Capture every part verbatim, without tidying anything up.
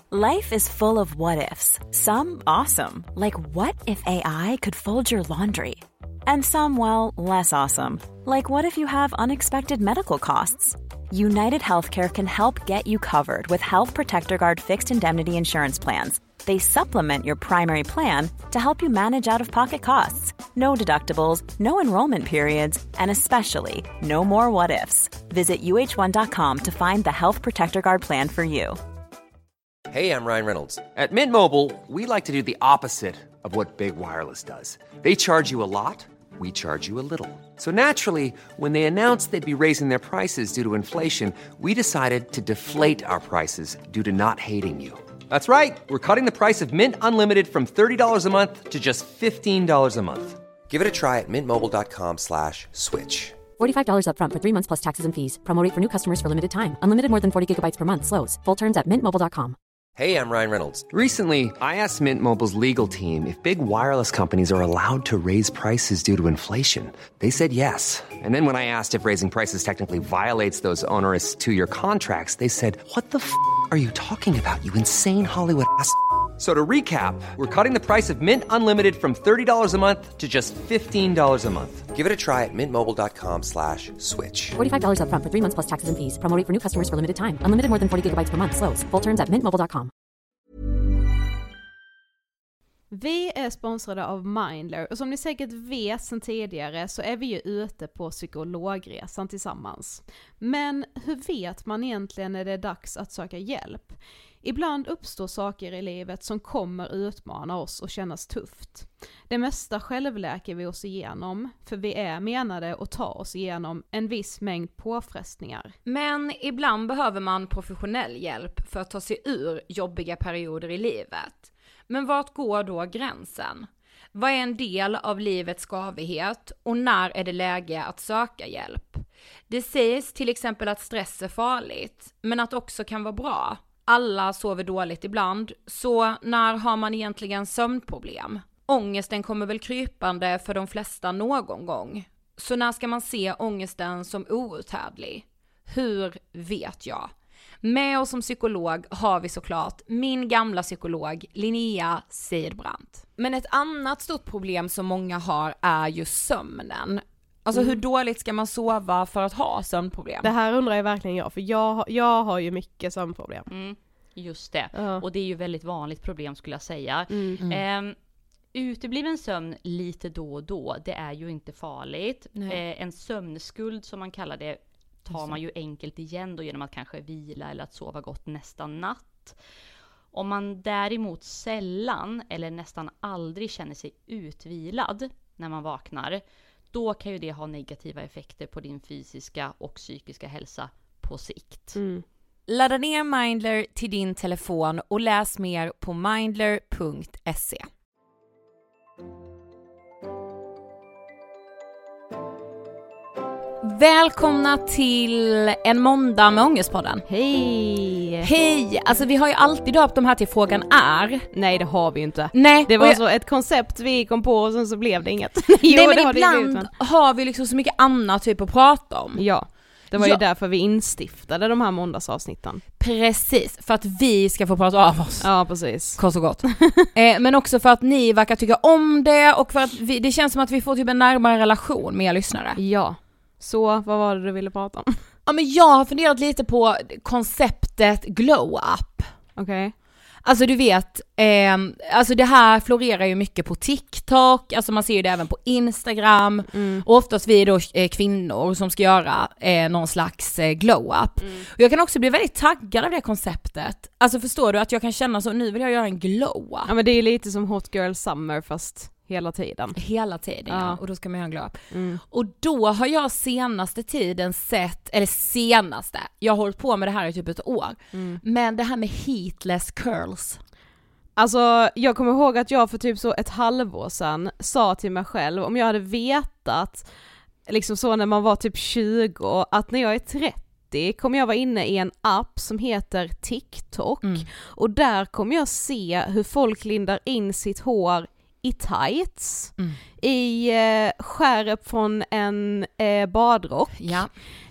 Life is full of what-ifs. Some awesome, like what if A I could fold your laundry? And some, well, less awesome, like what if you have unexpected medical costs? United Healthcare can help get you covered with Health Protector Guard fixed indemnity insurance plans. They supplement your primary plan to help you manage out-of-pocket costs. No deductibles, no enrollment periods, and especially no more what-ifs. Visit U H one dot com to find the Health Protector Guard plan for you. Hey, I'm Ryan Reynolds. At Mint Mobile, we like to do the opposite of what Big Wireless does. They charge you a lot, we charge you a little. So naturally, when they announced they'd be raising their prices due to inflation, we decided to deflate our prices due to not hating you. That's right. We're cutting the price of Mint Unlimited from thirty dollars a month to just fifteen dollars a month. Give it a try at mintmobile.com slash switch. forty-five dollars up front for three months plus taxes and fees. Promo rate for new customers for limited time. Unlimited more than forty gigabytes per month slows. Full terms at mint mobile dot com. Hey, I'm Ryan Reynolds. Recently, I asked Mint Mobile's legal team if big wireless companies are allowed to raise prices due to inflation. They said yes. And then when I asked if raising prices technically violates those onerous two-year contracts, they said, what the f*** are you talking about, you insane Hollywood ass? So to recap, we're cutting the price of Mint Unlimited from thirty dollars a month to just fifteen dollars a month. Give it a try at mintmobile.com slash switch. forty-five dollars up front for three months plus taxes and fees. Promo rate for new customers for limited time. Unlimited more than forty gigabytes per month slows. Full terms at mint mobile dot com. Vi är sponsrade av Mindler, och som ni säkert vet sedan tidigare så är vi ju ute på psykologresan tillsammans. Men hur vet man egentligen när det är dags att söka hjälp? Ibland uppstår saker i livet som kommer utmana oss och kännas tufft. Det mesta självläker vi oss igenom, för vi är menade att ta oss igenom en viss mängd påfrestningar. Men ibland behöver man professionell hjälp för att ta sig ur jobbiga perioder i livet. Men vart går då gränsen? Vad är en del av livets skavighet och när är det läge att söka hjälp? Det sägs till exempel att stress är farligt, men att också kan vara bra. Alla sover dåligt ibland, så när har man egentligen sömnproblem? Ångesten kommer väl krypande för de flesta någon gång. Så när ska man se ångesten som outhärdlig? Hur vet jag? Med oss som psykolog har vi såklart min gamla psykolog Linnea Seidbrant. Men ett annat stort problem som många har är ju sömnen. Alltså mm. hur dåligt ska man sova för att ha sömnproblem? Det här undrar jag verkligen jag, för jag, jag har ju mycket sömnproblem. Mm, just det. Uh. Och det är ju väldigt vanligt problem skulle jag säga. Mm. Mm. Eh, utebliven sömn lite då och då, det är ju inte farligt. Eh, en sömnskuld som man kallar det tar man ju enkelt igen då genom att kanske vila eller att sova gott nästa natt. Om man däremot sällan eller nästan aldrig känner sig utvilad när man vaknar, då kan ju det ha negativa effekter på din fysiska och psykiska hälsa på sikt. Mm. Ladda ner Mindler till din telefon och läs mer på mindler punkt se. Välkomna till en måndag med Ångestpodden. Hej! Hej! Alltså vi har ju alltid döpt de här till frågan är. Nej, det har vi ju inte. Nej. Det var jag... så ett koncept vi kom på och sen så blev det inget. jo, Nej, men det har ibland det blivit, men... har vi liksom så mycket annat typ att prata om. Ja, det var ja. ju därför vi instiftade de här måndagsavsnitten. Precis, för att vi ska få prata av oss. Ja, precis. Kort och gott. eh, men också för att ni verkar tycka om det och för att vi, det känns som att vi får typ en närmare relation med er lyssnare. Ja. Så, vad var det du ville prata om? Ja, men jag har funderat lite på konceptet glow up. Okej. Okay. Alltså du vet, eh, alltså det här florerar ju mycket på TikTok, alltså man ser ju det även på Instagram. Mm. Och oftast vi är då eh, kvinnor som ska göra eh, någon slags eh, glow up. Mm. Och jag kan också bli väldigt taggad av det konceptet. Alltså förstår du att jag kan känna så, nu vill jag göra en glow up. Ja, men det är lite som Hot Girl Summer fast... Hela tiden. Hela tiden, ja. ja. Och då ska man göra en glow up. Mm. Och då har jag senaste tiden sett, eller senaste, jag har hållit på med det här i typ ett år. Mm. Men det här med heatless curls. Alltså, jag kommer ihåg att jag för typ så ett halvår sedan sa till mig själv, om jag hade vetat, liksom så när man var typ tjugo, att när jag är trettio kommer jag vara inne i en app som heter TikTok. Mm. Och där kommer jag se hur folk lindar in sitt hår i tights, mm. i eh, skärp från en eh, badrock, ja.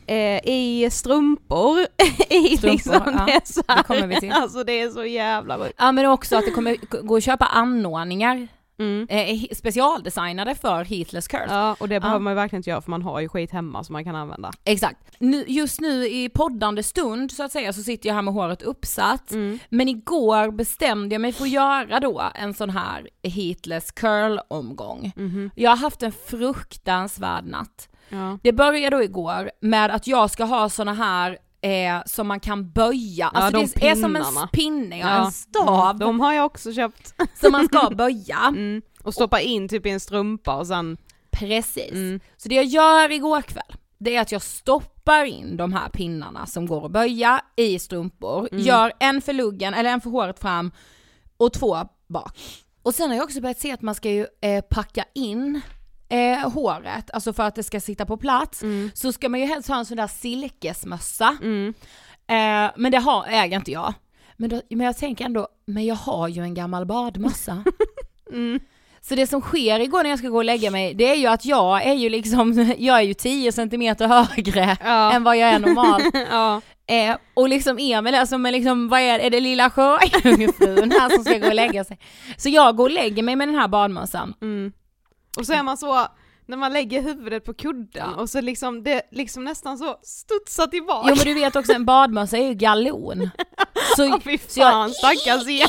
eh, i strumpor. I Strumpor, liksom, ja. det, är så här, Det kommer vi till. Alltså det är så jävla sjukt. Ja, men också att det kommer gå att köpa anordningar Mm. eh, specialdesignade för heatless curls. Ja, och det behöver Ja. man ju verkligen inte göra för man har ju skit hemma som man kan använda. Exakt. Nu, just nu i poddande stund så att säga så sitter jag här med håret uppsatt. Mm. Men igår bestämde jag mig för att göra då en sån här heatless curl-omgång. Mm-hmm. Jag har haft en fruktansvärd natt. Ja. Det började då igår med att jag ska ha såna här eh, som man kan böja. Ja, Alltså de det är som en pinnarna. pinne, ja, Ja. en stav Mm, de har jag också köpt. som man ska böja. Mm. Och stoppa in typ i en strumpa och sen... Precis. Mm. Så det jag gör igår kväll, det är att jag stoppar in de här pinnarna som går att böja i strumpor. Mm. Gör en för luggen, eller en för håret fram och två bak. Och sen har jag också börjat se att man ska ju eh, packa in eh, håret, alltså för att det ska sitta på plats. Mm. Så ska man ju helst ha en sån där silkesmössa. Mm. Eh, men det har, äger inte jag. Men, då, men jag tänker ändå, men jag har ju en gammal badmössa. Mm. Så det som sker igår när jag ska gå och lägga mig, det är ju att jag är ju liksom, jag är ju tio centimeter högre Ja. än vad jag är normal. Ja. Eh, och liksom Emil är som är liksom, vad är, är det lilla sjöjungfrun här som ska gå och lägga sig. Så jag går och lägger mig med den här badmössan. Mm. Och så är man så, när man lägger huvudet på kudden Ja. och så liksom det liksom nästan så studsar tillbaka. Jo, men du vet också, en badmössa är ju galon. Så, Åh, fy så jag, fan, stackars er.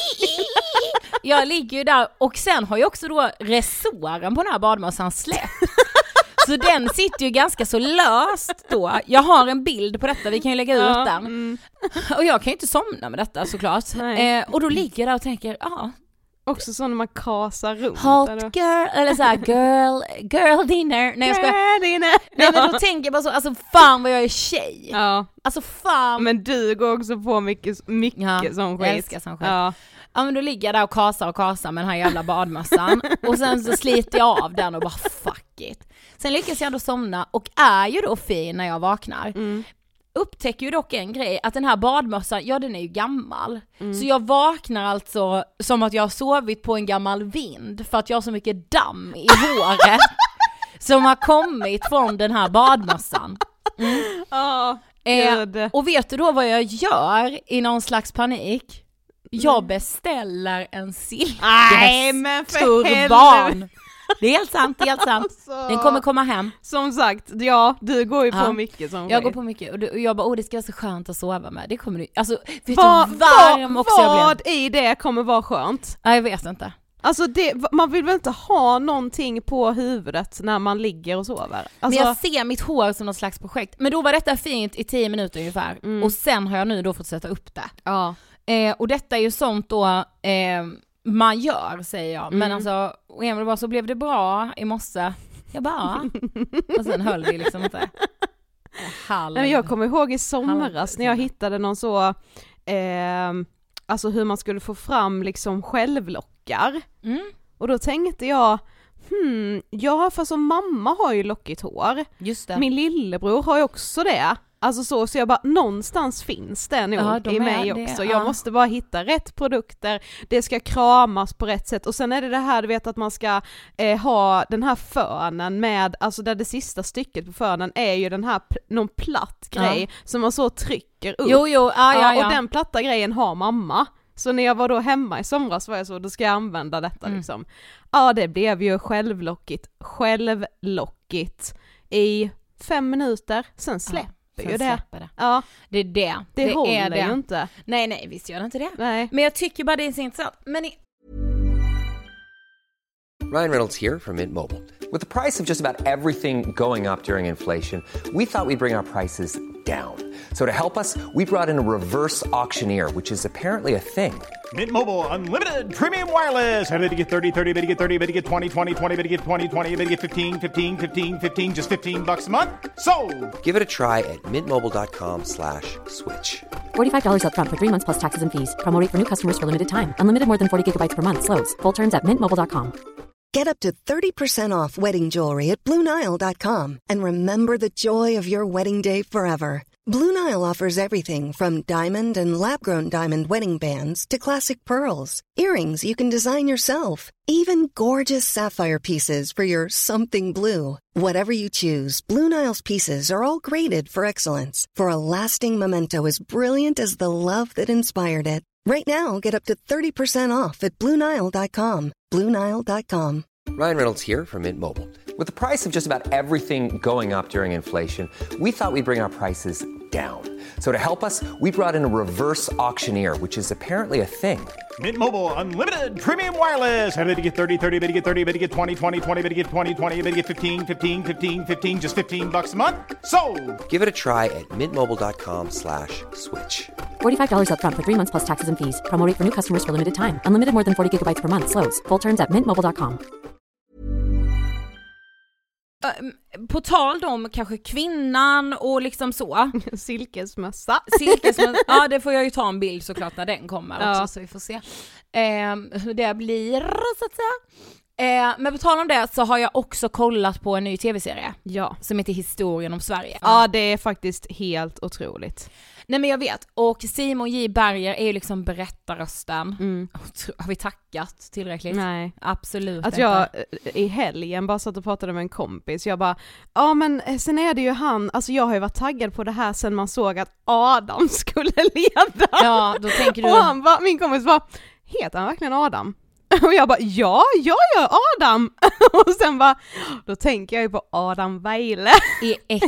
jag ligger ju där och sen har jag också då resåren på den här badmössan släppt. Så den sitter ju ganska så löst då. Jag har en bild på detta, vi kan ju lägga ut Ja, den. mm. Och jag kan ju inte somna med detta såklart. Nej. Eh, och då ligger jag där och tänker, ja, Också så när man kasar runt. hot eller? girl, eller såhär girl, girl dinner. Nej jag ska, Nej, det är nej. nej men då tänker jag bara så, alltså fan vad jag är tjej. Ja, Alltså fan. men du går också på mycket, mycket Ja, sån skit. jag älskar sån skit. Ja. Ja men då ligger jag där och kasar och kasar med den här jävla badmössan. Och sen så sliter jag av den och bara fuck it. Sen lyckas jag ändå somna och är ju då fin när jag vaknar. Mm. Upptäcker ju dock en grej, att den här badmössan, ja den är ju gammal. Mm. Så jag vaknar alltså som att jag har sovit på en gammal vind för att jag har så mycket damm i håret som har kommit från den här badmössan. Mm. Ja, Eh, gud. och vet du då vad jag gör i någon slags panik? Jag beställer en Nej, men för silkesturban. helvete. Det är helt sant, det är helt sant. Alltså. Den kommer komma hem. Som sagt, ja, du går ju på Ja. mycket som Jag skit. går på mycket och, du, och jag bara, åh det ska vara så skönt att sova med. Det kommer du, alltså vet du Vad, hur varm också jag vad blev? i det kommer vara skönt? Nej jag vet inte. Alltså det, man vill väl inte ha någonting på huvudet när man ligger och sover? Alltså, Men jag ser mitt hår som något slags projekt. Men då var detta fint i tio minuter ungefär. Mm. Och sen har jag nu då fått sätta upp det. ja. Eh, och detta är ju sånt då eh, man gör, säger jag. Men Mm. alltså, och Emil bara, så blev det bra i morse. Jag bara, och sen höll vi liksom inte. Halv. Nej, men jag kommer ihåg i somras Halv- när jag hittade någon så, eh, alltså hur man skulle få fram liksom självlockar. Mm, Och då tänkte jag, hmm, ja för som mamma har ju lockigt hår. just det. Min lillebror har ju också det. Alltså så, så jag bara, någonstans finns det nog Ja, de i är mig det, också. ja. Jag måste bara hitta rätt produkter, det ska kramas på rätt sätt. Och sen är det det här, du vet att man ska eh, ha den här fönen med, alltså där det sista stycket på fönen är ju den här, p- någon platt grej som man så trycker upp. Jo, jo, ah, ja, ja. Och den platta grejen har mamma. Så när jag var då hemma i somras var jag så, då ska jag använda detta Mm. liksom. Ja, det blev ju självlockigt, självlockigt i fem minuter, sen släpper Sen ju det. släpper det. Ja, Det är det. det, håller är det. ju inte. Nej, nej, visst gör det inte det. Nej. Men jag tycker bara det är så intressant. Men i... Ryan Reynolds here from Mint Mobile. With the price of just about everything going up during inflation, we thought we'd bring our prices down. So to help us, we brought in a reverse auctioneer, which is apparently a thing. Mint Mobile Unlimited Premium Wireless. Ready to get thirty, thirty, bit to get thirty, bit to get twenty, twenty, twenty, bit to get twenty, twenty, bit to get fifteen, fifteen, fifteen, fifteen, just fifteen bucks a month? Sold! Give it a try at mintmobile.com slash switch. forty-five dollars up front for three months plus taxes and fees. Promo rate for new customers for limited time. Unlimited more than forty gigabytes per month. Slows full terms at mint mobile dot com. Get up to thirty percent off wedding jewelry at blue nile dot com and remember the joy of your wedding day forever. Blue Nile offers everything from diamond and lab-grown diamond wedding bands to classic pearls, earrings you can design yourself, even gorgeous sapphire pieces for your something blue. Whatever you choose, Blue Nile's pieces are all graded for excellence, for a lasting memento as brilliant as the love that inspired it. Right now, get up to thirty percent off at Blue Nile dot com. Blue Nile dot com. Ryan Reynolds here from Mint Mobile. With the price of just about everything going up during inflation, we thought we'd bring our prices down. So to help us, we brought in a reverse auctioneer, which is apparently a thing. Mint Mobile Unlimited Premium Wireless. How to get thirty, thirty, how to get thirty, how to get twenty, twenty, twenty, how to get twenty, twenty, how to get fifteen, fifteen, fifteen, fifteen, just fifteen bucks a month? Sold! Give it a try at mintmobile.com slash switch. forty-five dollars up front for three months plus taxes and fees. Promo rate for new customers for limited time. Unlimited more than forty gigabytes per month. Slows full terms at mint mobile dot com. På tal om kanske kvinnan och liksom så. Silkesmössa. Silkesmössa. Ja, det får jag ju ta en bild såklart när den kommer också, Ja. så vi får se eh, hur det blir så att säga. Eh, men på tal om det så har jag också kollat på en ny tv-serie. Ja. Som heter Historien om Sverige. Ja, det är faktiskt helt otroligt. Nej men jag vet, och Simon J. Berger är ju liksom berättarrösten. Mm. Har vi tackat tillräckligt? Nej. Absolut Att inte. jag i helgen bara satt och pratade med en kompis, jag bara, ja men sen är det ju han, alltså jag har ju varit taggad på det här sen man såg att Adam skulle leda. Ja, då tänker du... Och han bara, min kompis bara, heter han verkligen Adam? Och jag bara, ja, jag gör Adam. Och sen bara, då tänker jag ju på Adam Weile. I X.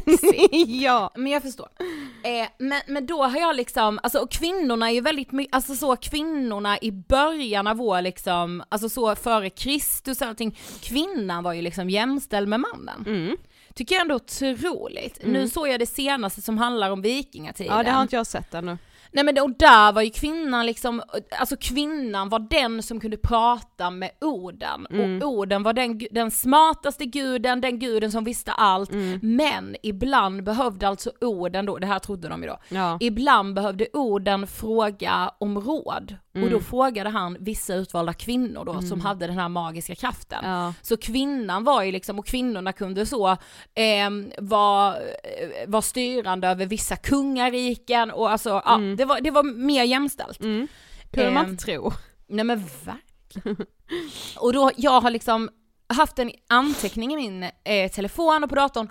Ja. Men jag förstår. Eh, men, men då har jag liksom, alltså och kvinnorna är ju väldigt mycket, alltså så kvinnorna i början av vår liksom, alltså så före Kristus och allting, kvinnan var ju liksom jämställd med mannen. Mm. Tycker jag ändå otroligt. Mm. Nu såg jag det senaste som handlar om vikingatiden. Ja, det har inte jag sett ännu. Nej men och där var ju kvinnan liksom, alltså kvinnan var den som kunde prata med orden. Mm. Och orden var den, den smartaste guden, den guden som visste allt. Mm. Men ibland behövde alltså orden då, det här trodde de ju då. Ja. Ibland behövde orden fråga om råd. Mm. Och då frågade han vissa utvalda kvinnor då, mm. som hade den här magiska kraften. Ja. Så kvinnan var ju liksom, och kvinnorna kunde så eh, vara var styrande över vissa kungariken och alltså, mm. ja, det var, det var mer jämställt. Mm. Kunde eh, man inte tro. Nej men verkligen. Och då, jag har liksom haft en anteckning i min eh, telefon och på datorn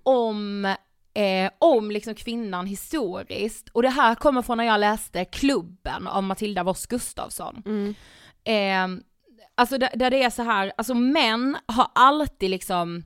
om Eh, om liksom kvinnan historiskt, och det här kommer från när jag läste Klubben av Matilda Voss Gustafsson. Mm. Eh, alltså där, där det är så här, alltså män har alltid liksom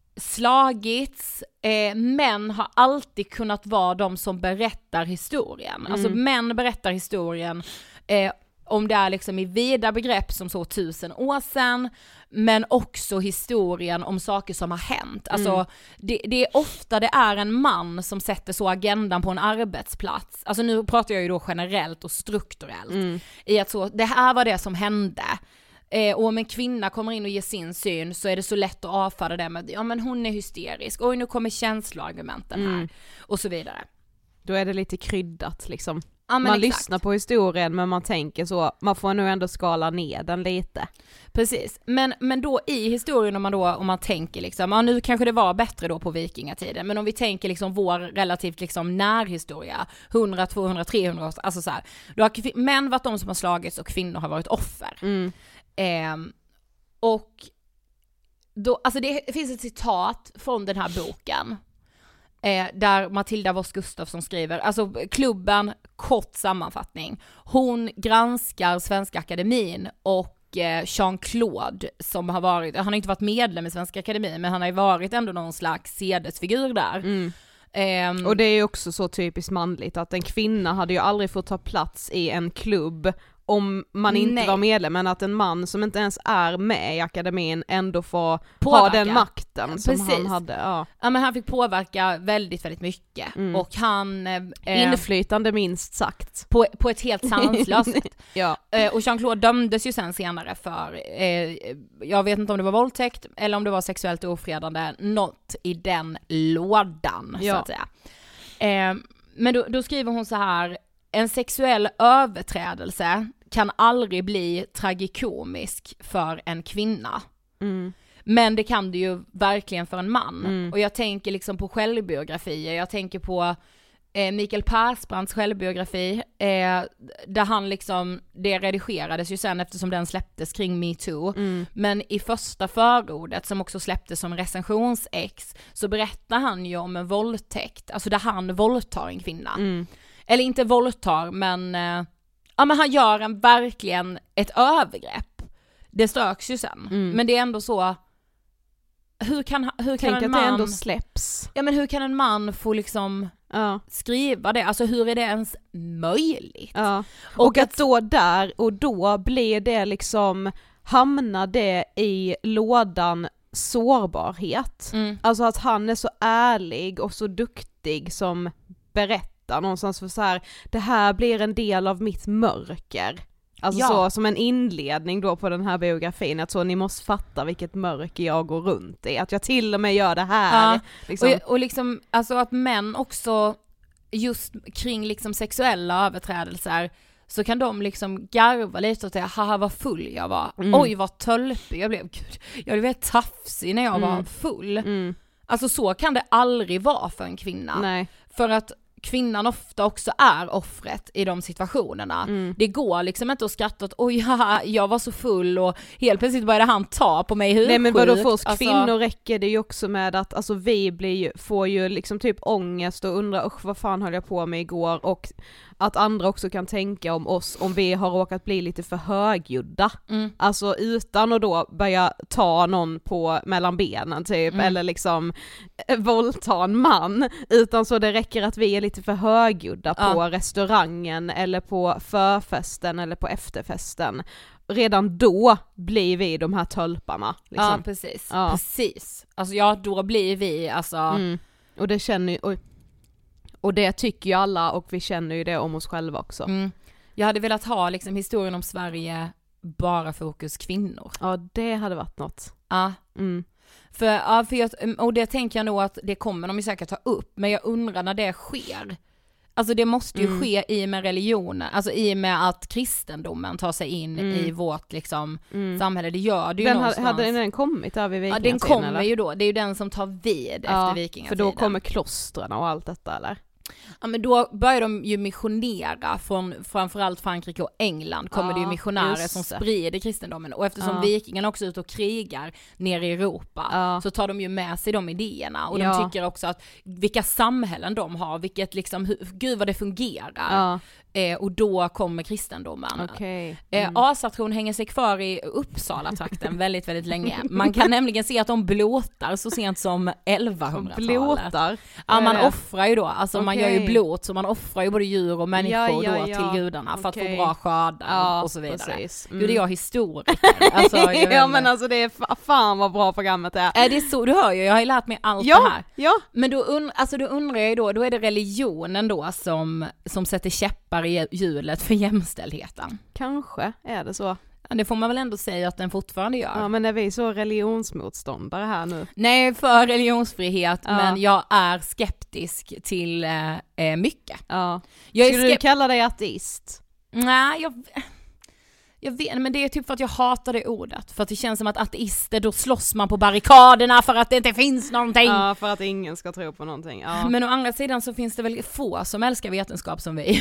slagits, eh, män har alltid kunnat vara de som berättar historien. Mm. Alltså män berättar historien eh, om det är liksom i vida begrepp som så tusen år sedan, men också historien om saker som har hänt. Alltså mm. det, det är ofta det är en man som sätter så agendan på en arbetsplats. Alltså nu pratar jag ju då generellt och strukturellt. Mm. I att så, det här var det som hände. Eh, och om en kvinna kommer in och ger sin syn så är det så lätt att avfärda det med, ja men hon är hysterisk, oj nu kommer känsloargumenten här. Mm. Och så vidare. Då är det lite kryddat liksom. Ja, man exakt. lyssnar på historien men man tänker så, man får nog ändå skala ner den lite. Precis, men, men då i historien om man då, om man tänker liksom, ja nu kanske det var bättre då på vikingatiden, men om vi tänker liksom vår relativt liksom närhistoria, hundra, tvåhundra, trehundra år, alltså så här, då har män varit de som har slagits och kvinnor har varit offer. Mm. Eh, och då, alltså det finns ett citat från den här boken Eh, där Matilda Voss Gustafsson skriver, alltså Klubben, kort sammanfattning. Hon granskar Svenska Akademin och eh, Jean-Claude som har varit, han har inte varit medlem i Svenska Akademin, men han har ju varit ändå någon slags sedesfigur där. Mm. Um, och det är ju också så typiskt manligt att en kvinna hade ju aldrig fått ta plats i en klubb om man inte nej. var medlem, men att en man som inte ens är med i akademin ändå får påverka. Ha den makten som Precis. han hade. Ja. ja, men han fick påverka väldigt, väldigt mycket. Mm. Och han... Eh, Inflytande minst sagt. På, på ett helt sanslöst sätt. Ja. Eh, och Jean-Claude dömdes ju sen senare för, eh, jag vet inte om det var våldtäkt eller om det var sexuellt ofredande, något i den lådan, ja. så att säga. Eh, men då, då skriver hon så här: en sexuell överträdelse kan aldrig bli tragikomisk för en kvinna. Mm. Men det kan det ju verkligen för en man. Mm. Och jag tänker liksom på självbiografier, jag tänker på eh, Mikael Persbrandts självbiografi, eh, där han liksom, det redigerades ju sen eftersom den släpptes kring MeToo, mm. men i första förordet som också släpptes som recensionsex så berättar han ju om en våldtäkt, alltså där han våldtar en kvinna. Mm. Eller inte våldtar, men, eh, ja, men han gör en verkligen ett övergrepp. Det stöks ju sen, mm. men det är ändå så. Hur kan, hur kan Tänk en att man... det ändå släpps. Ja, men hur kan en man få liksom ja. skriva det? Alltså hur är det ens möjligt? Ja. Och, och att, att då där och då blir det liksom, hamnar det i lådan sårbarhet. Mm. Alltså att han är så ärlig och så duktig som berättar någonstans för så här, det här blir en del av mitt mörker. Alltså ja. så som en inledning då på den här biografin, att så ni måste fatta vilket mörker jag går runt i, att jag till och med gör det här. Ja. Liksom. Och, och liksom, alltså att män också just kring liksom sexuella överträdelser så kan de liksom garva lite och säga, haha vad full jag var, mm. oj vad tölpig jag blev, gud, jag blev väldigt tafsig när jag mm. var full. Mm. Alltså så kan det aldrig vara för en kvinna. Nej. För att kvinnan ofta också är offret i de situationerna. Mm. Det går liksom inte att skratta åt, oj haha, jag var så full och helt plötsligt började han ta på mig, hur Nej men vadå, för oss alltså... kvinnor räcker det ju också med att alltså vi blir ju, får ju liksom typ ångest och undrar, usch vad fan höll jag på med igår, och att andra också kan tänka om oss om vi har råkat bli lite för högljudda. Mm. Alltså utan att då börja ta någon på mellan benen typ, mm. eller liksom äh, våldta en man, utan så det räcker att vi är lite för högljudda ja. på restaurangen eller på förfesten eller på efterfesten. Redan då blir vi de här tölparna. Liksom. Ja, precis. Ja. Precis. Alltså ja, då blir vi alltså... Mm. Och det känner ju... Och, och det tycker ju alla, och vi känner ju det om oss själva också. Mm. Jag hade velat ha liksom historien om Sverige bara fokus kvinnor. Ja, det hade varit något. Ja. Mm. För, ja, för jag, och det tänker jag nog att det kommer de ju säkert ta upp, men jag undrar när det sker. Alltså det måste ju mm. ske i med religionen, alltså i med att kristendomen tar sig in mm. i vårt liksom mm. samhälle. Det gör det ju den någonstans. Hade den kommit där vid vikingatiden? Ja, den kommer eller? ju då. Det är ju den som tar vid ja, efter vikingatiden. För då kommer klostren och allt detta, eller? Ja, men då börjar de ju missionera från framförallt Frankrike och England kommer ja, det ju missionärer som sprider kristendomen, och eftersom ja. vikingarna också är ute och krigar nere i Europa ja. så tar de ju med sig de idéerna, och ja. de tycker också att vilka samhällen de har, vilket liksom, hur, gud vad det fungerar ja. eh, och då kommer kristendomen. Okay. Mm. Eh, asatron hänger sig kvar i Uppsala-trakten väldigt, väldigt länge. Man kan nämligen se att de blåtar så sent som elvahundratalet. Blåtar? Ja, man offrar ju då, alltså okay. man gör ju blot, så man offrar ju både djur och människor ja, ja, ja. då till gudarna för okay. att få bra skördar ja, och så vidare. Mm. Gud, är jag historiker. Alltså, jag ja, men alltså det är fan vad bra programmet är. Är det så? Du hör ju, jag har ju lärt mig allt ja, det här. Ja. Men då, und- alltså då undrar jag ju då, då är det religionen då som, som sätter käppar i hjulet för jämställdheten. Kanske är det så. Det får man väl ändå säga att den fortfarande gör. Ja, men är vi så religionsmotståndare här nu? Nej, för religionsfrihet, ja. men jag är skeptisk till eh, mycket. Ja. Jag Skulle skep- du kalla dig ateist? Nej, jag... Jag vet, men det är typ för att jag hatar det ordet. För att det känns som att ateister, då slåss man på barrikaderna för att det inte finns någonting. Ja, för att ingen ska tro på någonting. Ja. Men å andra sidan så finns det väl få som älskar vetenskap som vi.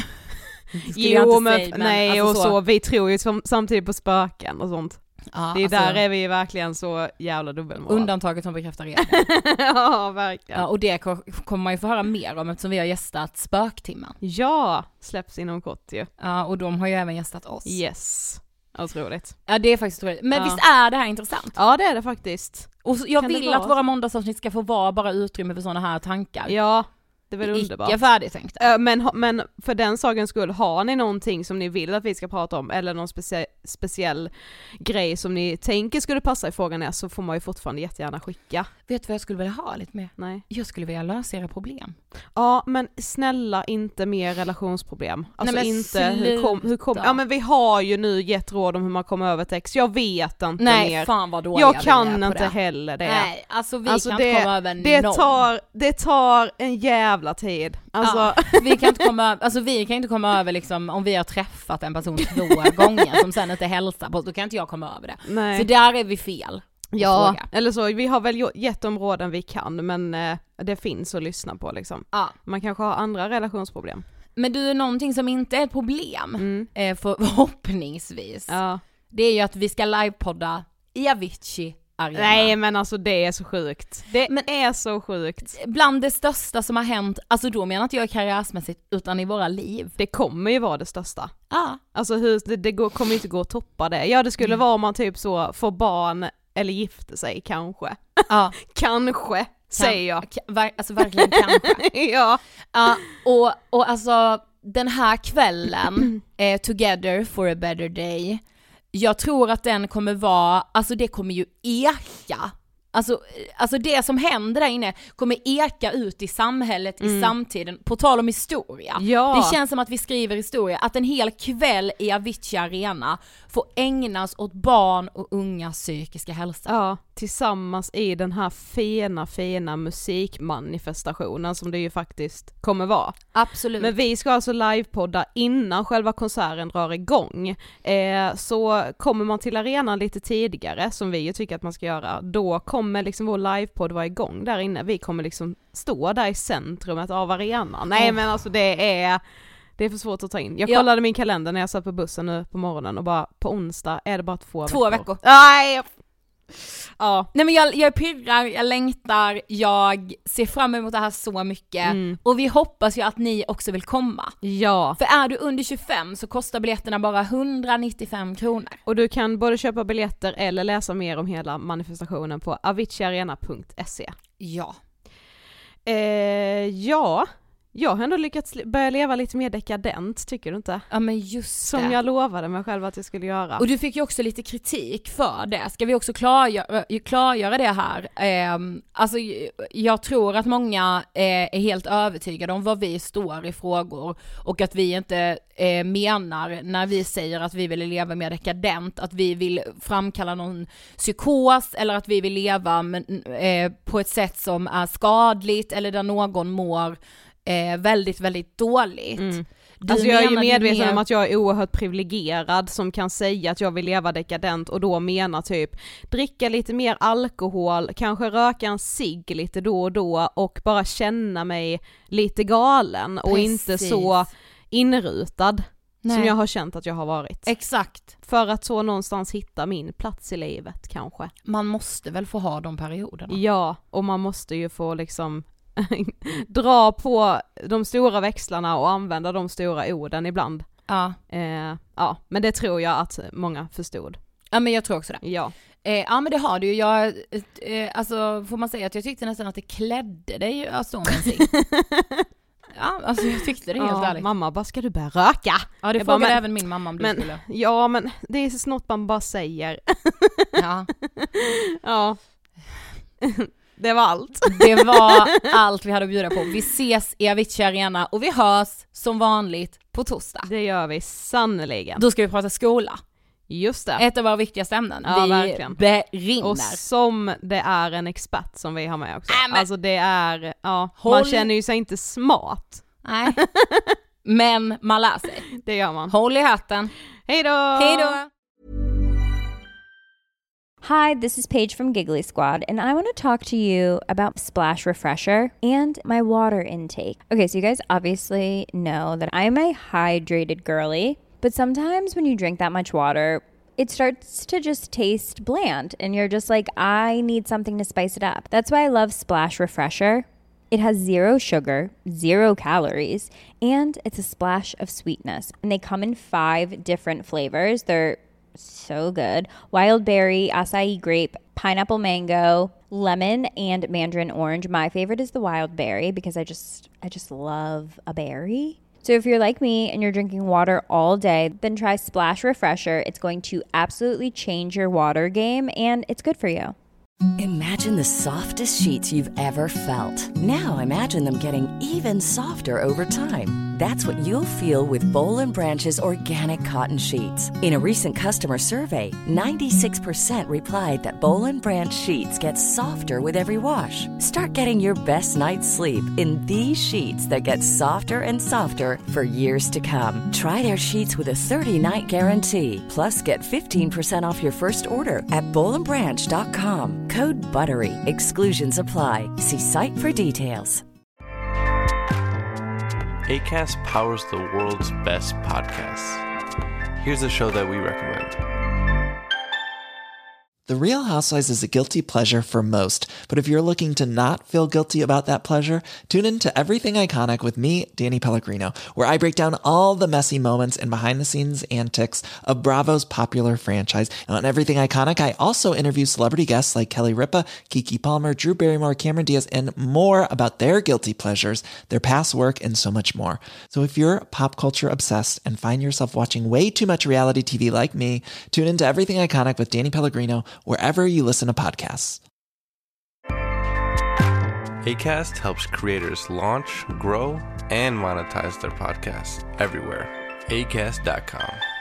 Jo, men, säga, men nej, alltså och så. så, vi tror ju som, samtidigt på spöken och sånt. Ja, det är alltså, där är vi verkligen så jävla dubbelmoral. Undantaget som bekräftar regeln. Ja, verkligen. Ja, och det kommer man ju få höra mer om eftersom vi har gästat Spöktimmen. Ja, släpps inom kort ju. Ja, och de har ju även gästat oss. Yes. Otroligt. Ja, det är faktiskt otroligt. Men ja. visst är det här intressant? Ja, det är det faktiskt. Och jag kan vill att våra måndagsavsnitt ska få vara bara utrymme för sådana här tankar. Ja, det är väl underbart. Icke färdigtänkt. Äh, men, men för den saken skull, har ni någonting som ni vill att vi ska prata om, eller någon specie- speciell grej som ni tänker skulle passa i frågan är, så får man ju fortfarande jättegärna skicka. Vet du vad jag skulle vilja ha lite mer? Nej. Jag skulle vilja lösa era problem. Ja, men snälla inte mer relationsproblem. Alltså Nej, men inte hur kom, hur kom, ja, men vi har ju nu gett råd om hur man kommer över text. Jag vet inte Nej, mer. fan vad dåliga jag kan vi är inte det. heller det. Nej, alltså vi alltså kan det, inte komma över det någon. tar, det tar en jävla tid. Alltså. Ja, vi kan inte komma alltså vi kan inte komma över liksom, om vi har träffat en person två gånger som sen inte hälsar på, då kan inte jag komma över det. Nej. Så där är vi fel. Ja, fråga. eller så, vi har väl gett områden vi kan, men eh, det finns att lyssna på liksom. Ja. Man kanske har andra relationsproblem. Men du, någonting som inte är ett problem, Mm. eh, för, förhoppningsvis, Ja. det är ju att vi ska livepodda i Avicii Arena. Nej men alltså det är så sjukt. Det Men- är så sjukt. Bland det största som har hänt, alltså då menar inte jag karriärsmässigt, utan i våra liv. Det kommer ju vara det största. Ja. Alltså hur, det, det går, kommer inte gå att toppa det. Ja det skulle Mm. vara om man typ så får barn eller gifter sig kanske. Ja. Kanske, säger jag. Kan, ver, alltså verkligen kanske. Ja. Ja, och, och alltså den här kvällen, eh, Together for a better day, jag tror att den kommer vara, alltså det kommer ju eka. Alltså, alltså det som händer där inne kommer eka ut i samhället Mm. i samtiden, på tal om historia. Ja. Det känns som att vi skriver historia, att en hel kväll i Avicii Arena får ägnas åt barn och unga psykiska hälsa. Ja, tillsammans i den här fina, fina musikmanifestationen som det ju faktiskt kommer vara. Absolut. Men vi ska alltså livepodda innan själva konserten drar igång. Eh, så kommer man till arenan lite tidigare, som vi ju tycker att man ska göra, då kommer liksom vår livepodd vara igång där inne. Vi kommer liksom stå där i centrumet av arenan. Nej Oh. men alltså det är... Det är för svårt att ta in. Jag Ja. kollade min kalender när jag satt på bussen nu på morgonen och bara på onsdag är det bara två, Två veckor. veckor. Nej! Ja. Nej men jag, jag pirrar, jag längtar, jag ser fram emot det här så mycket. Mm. Och vi hoppas ju att ni också vill komma. Ja. För är du under tjugofem så kostar biljetterna bara etthundranittiofem kronor. Och du kan både köpa biljetter eller läsa mer om hela manifestationen på aviciiarena punkt se. Ja. Eh, ja, jag har ändå lyckats börja leva lite mer dekadent, tycker du inte? Ja men just Som det. jag lovade mig själv att jag skulle göra. Och du fick ju också lite kritik för det. Ska vi också klargöra, klargöra det här? Eh, alltså jag tror att många eh, är helt övertygade om vad vi står i frågor och att vi inte eh, menar när vi säger att vi vill leva mer dekadent, att vi vill framkalla någon psykos eller att vi vill leva med, eh, på ett sätt som är skadligt eller där någon mår eh, väldigt, väldigt dåligt. Mm. Du Alltså jag är ju menar medveten mer... om att jag är oerhört privilegierad som kan säga att jag vill leva dekadent och då menar typ dricka lite mer alkohol, kanske röka en cigg lite då och då och bara känna mig lite galen och Precis. inte så inrutad. Nej. Som jag har känt att jag har varit. Exakt. För att så någonstans hitta min plats i livet kanske. Man måste väl få ha de perioderna. Ja, och man måste ju få liksom dra på de stora växlarna och använda de stora orden ibland. Ja. Eh, ja, men det tror jag att många förstod. Ja men jag tror också det. Ja. Eh, ja men det har du ju. Jag, eh, alltså får man säga att jag tyckte nästan att det klädde dig att stå med en cigg. Ja, alltså jag tyckte det helt Ja, ärligt. mamma, bara ska du börja röka? Ja, det Jag bara, frågade men- även min mamma om du Men, skulle. ja, men det är så något man bara säger. Ja. Ja. Det var allt. Det var allt vi hade att bjuda på. Vi ses i Avicii Arena och vi hörs som vanligt på torsdag. Det gör vi sannoliken. Då ska vi prata skola. Just det. Ett av våra viktigaste ämnen. Ja, vi verkligen. brinner. Och som det är en expert som vi har med också. Äh, men- Alltså det är, ja, Håll- man känner ju sig inte smart. Nej. Men man lär sig. Det gör man. Håll i hatten. Hej då! Hej då! Hi, this is Paige from Giggly Squad, and I want to talk to you about Splash Refresher and my water intake. Okay, so you guys obviously know that I'm a hydrated girly, but sometimes when you drink that much water, it starts to just taste bland, and you're just like, I need something to spice it up. That's why I love Splash Refresher. It has zero sugar, zero calories, and it's a splash of sweetness. And they come in five different flavors. They're so good. Wild berry, acai grape, pineapple mango, lemon, and mandarin orange. My favorite is the wild berry because I just I just love a berry. So if you're like me and you're drinking water all day, then try Splash Refresher. It's going to absolutely change your water game, and it's good for you. Imagine the softest sheets you've ever felt. Now imagine them getting even softer over time. That's what you'll feel with Boll and Branch's organic cotton sheets. In a recent customer survey, ninety-six percent replied that Boll and Branch sheets get softer with every wash. Start getting your best night's sleep in these sheets that get softer and softer for years to come. Try their sheets with a thirty-night guarantee. Plus, get fifteen percent off your first order at boll and branch dot com. Code BUTTERY. Exclusions apply. See site for details. Acast powers the world's best podcasts. Here's a show that we recommend. The Real Housewives is a guilty pleasure for most, but if you're looking to not feel guilty about that pleasure, tune in to Everything Iconic with me, Danny Pellegrino, where I break down all the messy moments and behind-the-scenes antics of Bravo's popular franchise. And on Everything Iconic, I also interview celebrity guests like Kelly Ripa, Keke Palmer, Drew Barrymore, Cameron Diaz, and more about their guilty pleasures, their past work, and so much more. So if you're pop culture obsessed and find yourself watching way too much reality T V like me, tune in to Everything Iconic with Danny Pellegrino, wherever you listen to podcasts. Acast helps creators launch, grow, and monetize their podcasts everywhere. acast dot com.